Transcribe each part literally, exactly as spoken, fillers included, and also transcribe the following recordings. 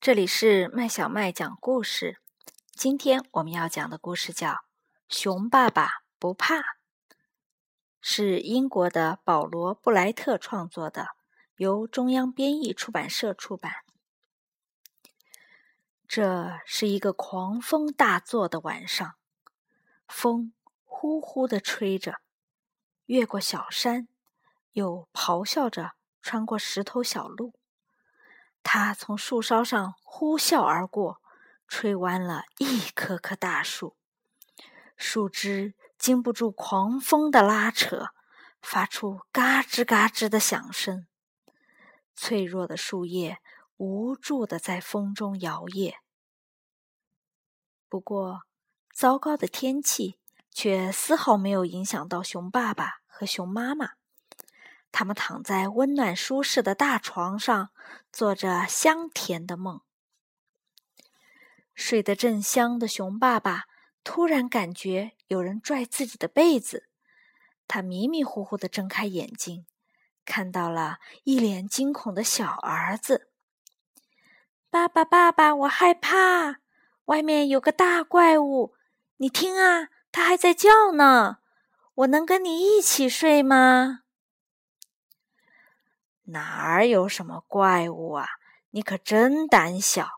这里是麦小麦讲故事。今天我们要讲的故事叫《熊爸爸不怕》，是英国的保罗·布莱特创作的，由中央编译出版社出版。这是一个狂风大作的晚上，风呼呼地吹着，越过小山，又咆哮着穿过石头小路。它从树梢上呼啸而过，吹弯了一棵棵大树，树枝经不住狂风的拉扯，发出嘎吱嘎吱的响声。脆弱的树叶无助地在风中摇曳。不过，糟糕的天气却丝毫没有影响到熊爸爸和熊妈妈。他们躺在温暖舒适的大床上，做着香甜的梦。睡得正香的熊爸爸突然感觉有人拽自己的被子，他迷迷糊糊地睁开眼睛，看到了一脸惊恐的小儿子。爸爸爸爸，我害怕，外面有个大怪物，你听啊，它还在叫呢，我能跟你一起睡吗？哪儿有什么怪物啊，你可真胆小。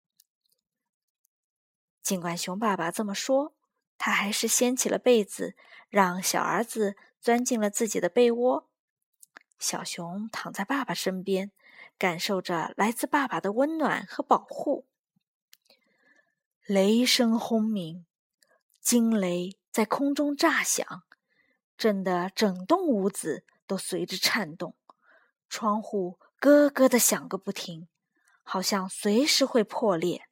尽管熊爸爸这么说，他还是掀起了被子，让小儿子钻进了自己的被窝。小熊躺在爸爸身边，感受着来自爸爸的温暖和保护。雷声轰鸣，惊雷在空中炸响，震得整栋屋子都随着颤动，窗户咯咯地响个不停，好像随时会破裂。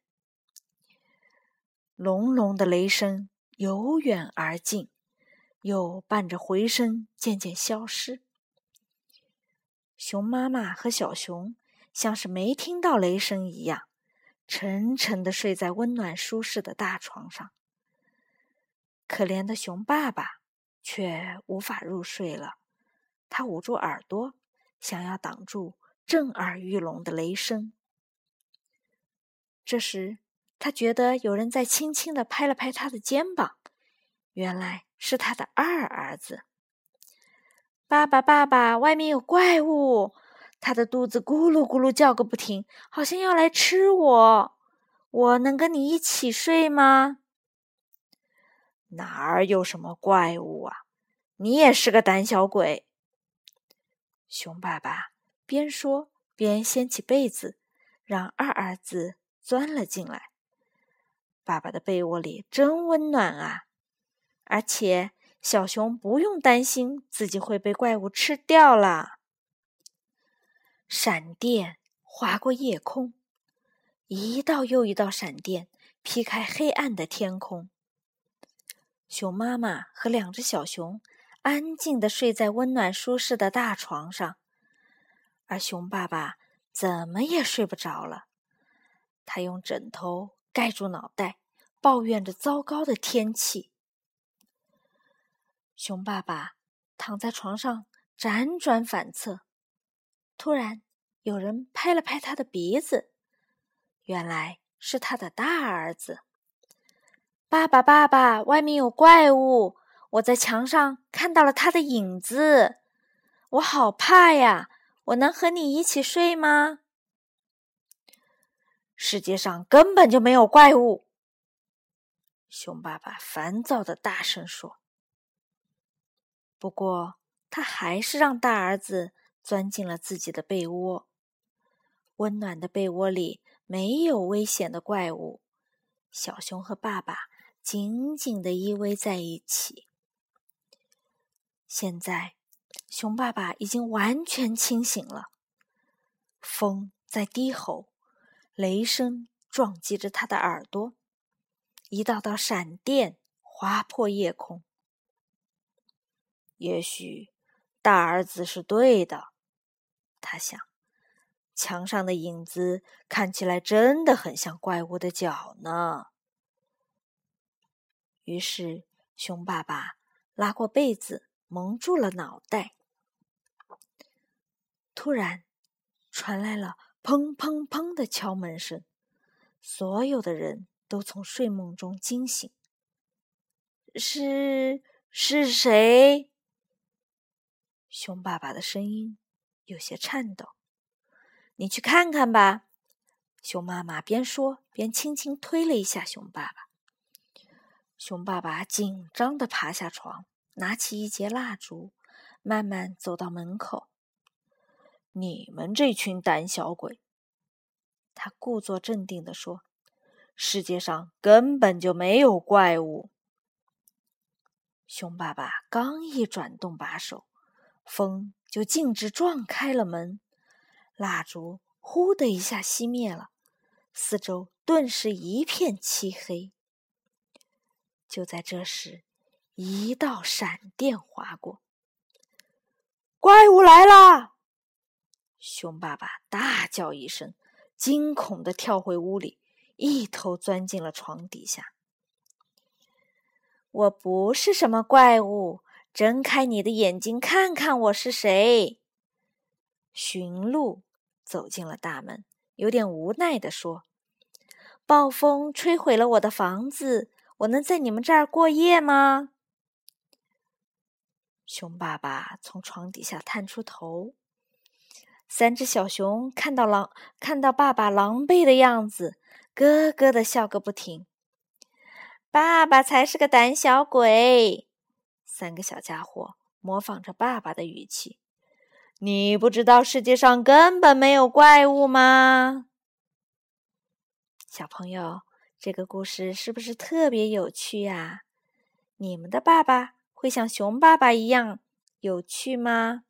隆隆的雷声由远而近，又伴着回声渐渐消失。熊妈妈和小熊像是没听到雷声一样，沉沉地睡在温暖舒适的大床上。可怜的熊爸爸却无法入睡了，他捂住耳朵，想要挡住震耳欲聋的雷声。这时，他觉得有人在轻轻地拍了拍他的肩膀，原来是他的二儿子。爸爸爸爸，外面有怪物，他的肚子咕噜咕噜叫个不停，好像要来吃我。我能跟你一起睡吗？哪儿有什么怪物啊，你也是个胆小鬼。熊爸爸边说边掀起被子，让二儿子钻了进来。爸爸的被窝里真温暖啊，而且小熊不用担心自己会被怪物吃掉了。闪电划过夜空，一道又一道闪电劈开黑暗的天空。熊妈妈和两只小熊安静地睡在温暖舒适的大床上，而熊爸爸怎么也睡不着了。他用枕头盖住脑袋，抱怨着糟糕的天气。熊爸爸躺在床上辗转反侧，突然有人拍了拍他的鼻子，原来是他的大儿子。爸爸爸爸，外面有怪物，我在墙上看到了他的影子，我好怕呀，我能和你一起睡吗？世界上根本就没有怪物，熊爸爸烦躁地大声说。不过他还是让大儿子钻进了自己的被窝。温暖的被窝里没有危险的怪物，小熊和爸爸紧紧地依偎在一起。现在熊爸爸已经完全清醒了，风在低吼，雷声撞击着他的耳朵，一道道闪电划破夜空。也许大儿子是对的，他想，墙上的影子看起来真的很像怪物的脚呢。于是熊爸爸拉过被子蒙住了脑袋。突然传来了砰砰砰的敲门声， 所有的人都从睡梦中惊醒。是是谁？熊爸爸的声音有些颤抖。你去看看吧。熊妈妈边说边轻轻推了一下熊爸爸。熊爸爸紧张地爬下床，拿起一截蜡烛，慢慢走到门口。你们这群胆小鬼，他故作镇定地说，世界上根本就没有怪物。熊爸爸刚一转动把手，风就径直撞开了门，蜡烛呼的一下熄灭了，四周顿时一片漆黑。就在这时，一道闪电划过。怪物来啦！熊爸爸大叫一声，惊恐地跳回屋里，一头钻进了床底下。我不是什么怪物，睁开你的眼睛看看我是谁。驯鹿走进了大门，有点无奈地说，暴风吹毁了我的房子，我能在你们这儿过夜吗？熊爸爸从床底下探出头，三只小熊看到狼看到爸爸狼狈的样子，咯咯地笑个不停。爸爸才是个胆小鬼！三个小家伙模仿着爸爸的语气。你不知道世界上根本没有怪物吗？小朋友，这个故事是不是特别有趣呀？你们的爸爸会像熊爸爸一样有趣吗？